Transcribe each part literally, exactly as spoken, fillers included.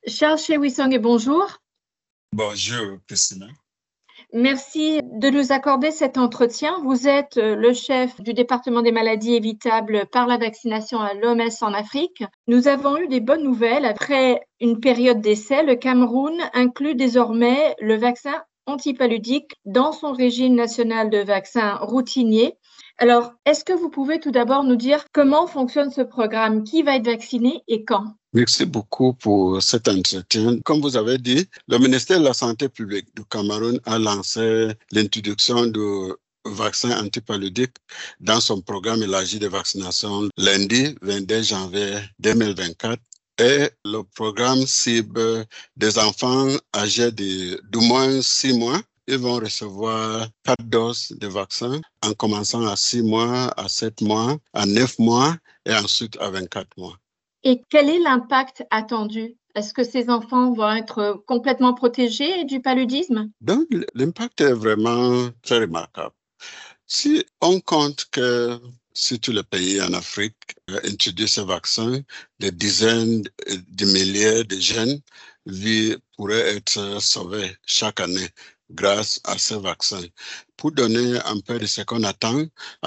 Charles Chewisong, bonjour. Bonjour, Christina. Merci de nous accorder cet entretien. Vous êtes le chef du département des maladies évitables par la vaccination à l'O M S en Afrique. Nous avons eu des bonnes nouvelles. Après une période d'essai, le Cameroun inclut désormais le vaccin antipaludique dans son régime national de vaccins routinier. Alors, est-ce que vous pouvez tout d'abord nous dire comment fonctionne ce programme, qui va être vacciné et quand? Merci beaucoup pour cet entretien. Comme vous avez dit, le ministère de la Santé publique du Cameroun a lancé l'introduction de vaccins antipaludiques dans son programme élargi de vaccination lundi vingt-deux janvier deux mille vingt-quatre. Et le programme cible des enfants âgés de d'au moins six mois. Ils vont recevoir quatre doses de vaccins en commençant à six mois, à sept mois, à neuf mois et ensuite à vingt-quatre mois. Et quel est l'impact attendu? Est-ce que ces enfants vont être complètement protégés du paludisme? Donc, l'impact est vraiment très remarquable. Si on compte que si tous les pays en Afrique introduisent ce vaccin, des dizaines de milliers de jeunes vies pourraient être sauvés chaque année grâce à ce vaccin. Pour donner un peu de ce qu'on attend,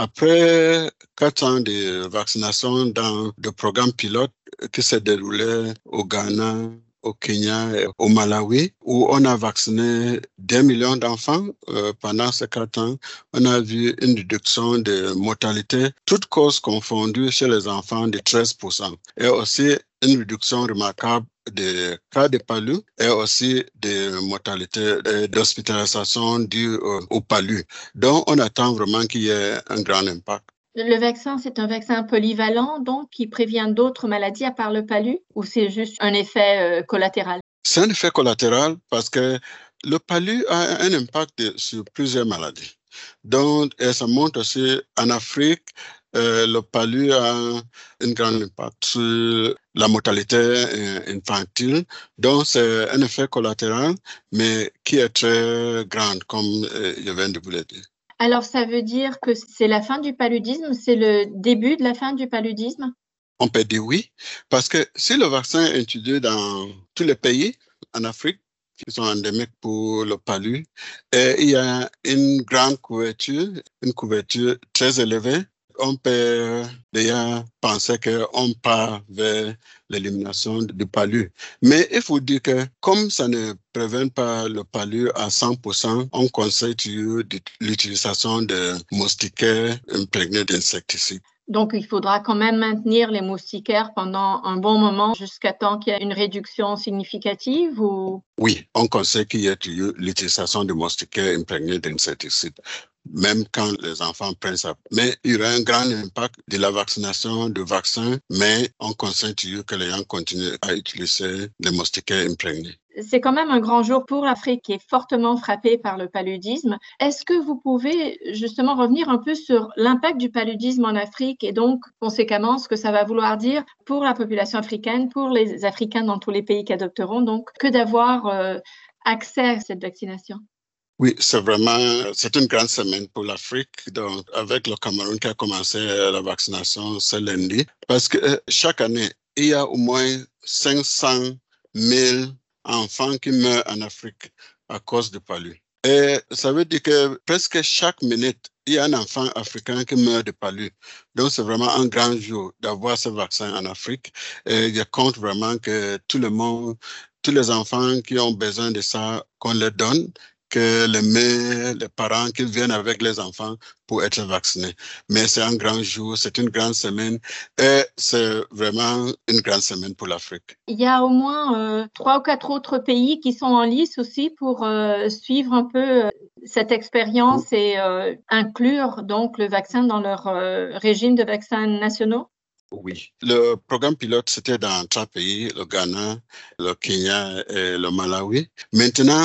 après quatre ans de vaccination dans le programme pilote qui s'est déroulé au Ghana, au Kenya et au Malawi, où on a vacciné des millions d'enfants euh, pendant ces quatre ans, on a vu une réduction de mortalité, toutes causes confondues chez les enfants de treize pour cent, et aussi une réduction remarquable des cas de palu et aussi des mortalités et d'hospitalisation dues au, au palu. Donc, on attend vraiment qu'il y ait un grand impact. Le vaccin, c'est un vaccin polyvalent, donc, qui prévient d'autres maladies à part le palu, ou c'est juste un effet euh, collatéral? C'est un effet collatéral parce que le palu a un impact sur plusieurs maladies. Donc, et ça montre aussi en Afrique, euh, le palu a un grand impact sur la mortalité infantile. Donc, c'est un effet collatéral, mais qui est très grand, comme euh, je viens de vous le dire. Alors, ça veut dire que c'est la fin du paludisme? C'est le début de la fin du paludisme? On peut dire oui, parce que si le vaccin est introduit dans tous les pays en Afrique qui sont endémiques pour le palu, et il y a une grande couverture, une couverture très élevée, on peut déjà penser qu'on part vers l'élimination du palu. Mais il faut dire que comme ça ne prévient pas le palu à cent pour cent, on conseille l'utilisation de moustiquaires imprégnés d'insecticides. Donc, il faudra quand même maintenir les moustiquaires pendant un bon moment jusqu'à temps qu'il y ait une réduction significative ou... Oui, on conseille qu'il y ait l'utilisation de moustiquaires imprégnés d'insecticides, même quand les enfants prennent ça. Mais il y aura un grand impact de la vaccination, de vaccins, mais on conseille toujours que les gens continuent à utiliser les moustiquaires imprégnés. C'est quand même un grand jour pour l'Afrique qui est fortement frappée par le paludisme. Est-ce que vous pouvez justement revenir un peu sur l'impact du paludisme en Afrique et donc conséquemment ce que ça va vouloir dire pour la population africaine, pour les Africains dans tous les pays qui adopteront, donc que d'avoir euh, accès à cette vaccination? Oui, c'est vraiment, c'est une grande semaine pour l'Afrique, donc avec le Cameroun qui a commencé la vaccination ce lundi, parce que euh, chaque année, il y a au moins cinq cent mille enfants qui meurent en Afrique à cause du palu. Et ça veut dire que presque chaque minute, il y a un enfant africain qui meurt de palu. Donc, c'est vraiment un grand jour d'avoir ce vaccin en Afrique. Et je compte vraiment que tout le monde, tous les enfants qui ont besoin de ça, qu'on leur donne, que les mères, les parents qui viennent avec les enfants pour être vaccinés. Mais c'est un grand jour, c'est une grande semaine et c'est vraiment une grande semaine pour l'Afrique. Il y a au moins euh, trois ou quatre autres pays qui sont en lice aussi pour euh, suivre un peu euh, cette expérience et euh, inclure donc le vaccin dans leur euh, régime de vaccins nationaux. Oui, le programme pilote, c'était dans trois pays, le Ghana, le Kenya et le Malawi. Maintenant,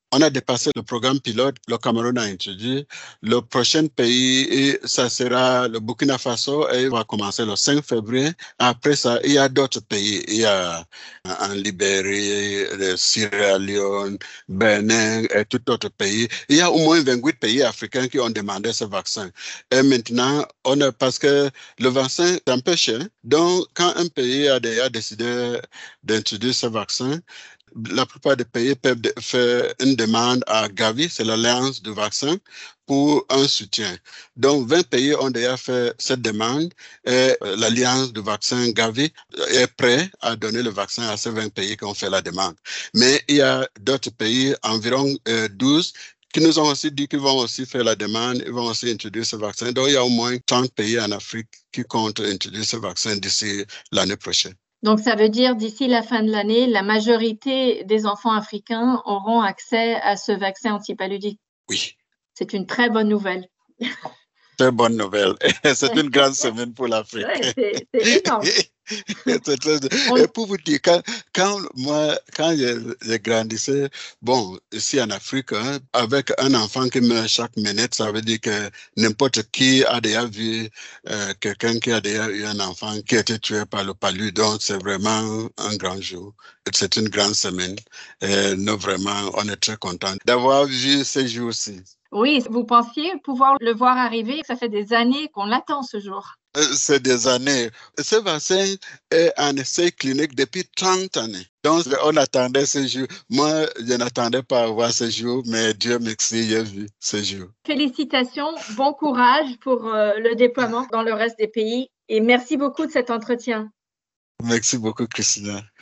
On a dépassé le programme pilote, le Cameroun a introduit. Le prochain pays, et ça sera le Burkina Faso, et il va commencer le cinq février. Après ça, il y a d'autres pays. Il y a en Libérie, le Sierra Leone, Bénin et tout autres pays. Il y a au moins vingt-huit pays africains qui ont demandé ce vaccin. Et maintenant, on a, parce que le vaccin est un peu cher. Donc, quand un pays a déjà décidé d'introduire ce vaccin, la plupart des pays peuvent faire une demande à Gavi, c'est l'Alliance du vaccin, pour un soutien. Donc, vingt pays ont déjà fait cette demande et l'Alliance du vaccin Gavi est prêt à donner le vaccin à ces vingt pays qui ont fait la demande. Mais il y a d'autres pays, environ euh, douze, qui nous ont aussi dit qu'ils vont aussi faire la demande, ils vont aussi introduire ce vaccin. Donc, il y a au moins trente pays en Afrique qui comptent introduire ce vaccin d'ici l'année prochaine. Donc, ça veut dire d'ici la fin de l'année, la majorité des enfants africains auront accès à ce vaccin antipaludique. Oui. C'est une très bonne nouvelle. Très bonne nouvelle. C'est une grande semaine pour l'Afrique. Ouais, c'est énorme. Et pour vous dire, quand, quand moi, quand je, je grandissais, bon, ici en Afrique, hein, avec un enfant qui meurt chaque minute, ça veut dire que n'importe qui a déjà vu euh, quelqu'un qui a déjà eu un enfant qui a été tué par le palu. Donc, c'est vraiment un grand jour. C'est une grande semaine. Et nous, vraiment, on est très contents d'avoir vu ces jours-ci. Oui, vous pensiez pouvoir le voir arriver. Ça fait des années qu'on l'attend ce jour. C'est des années. Ce vaccin est en essai clinique depuis trente années. Donc, on attendait ce jour. Moi, je n'attendais pas à voir ce jour, mais Dieu merci, j'ai vu ce jour. Félicitations, bon courage pour euh, le déploiement dans le reste des pays et merci beaucoup de cet entretien. Merci beaucoup, Christina.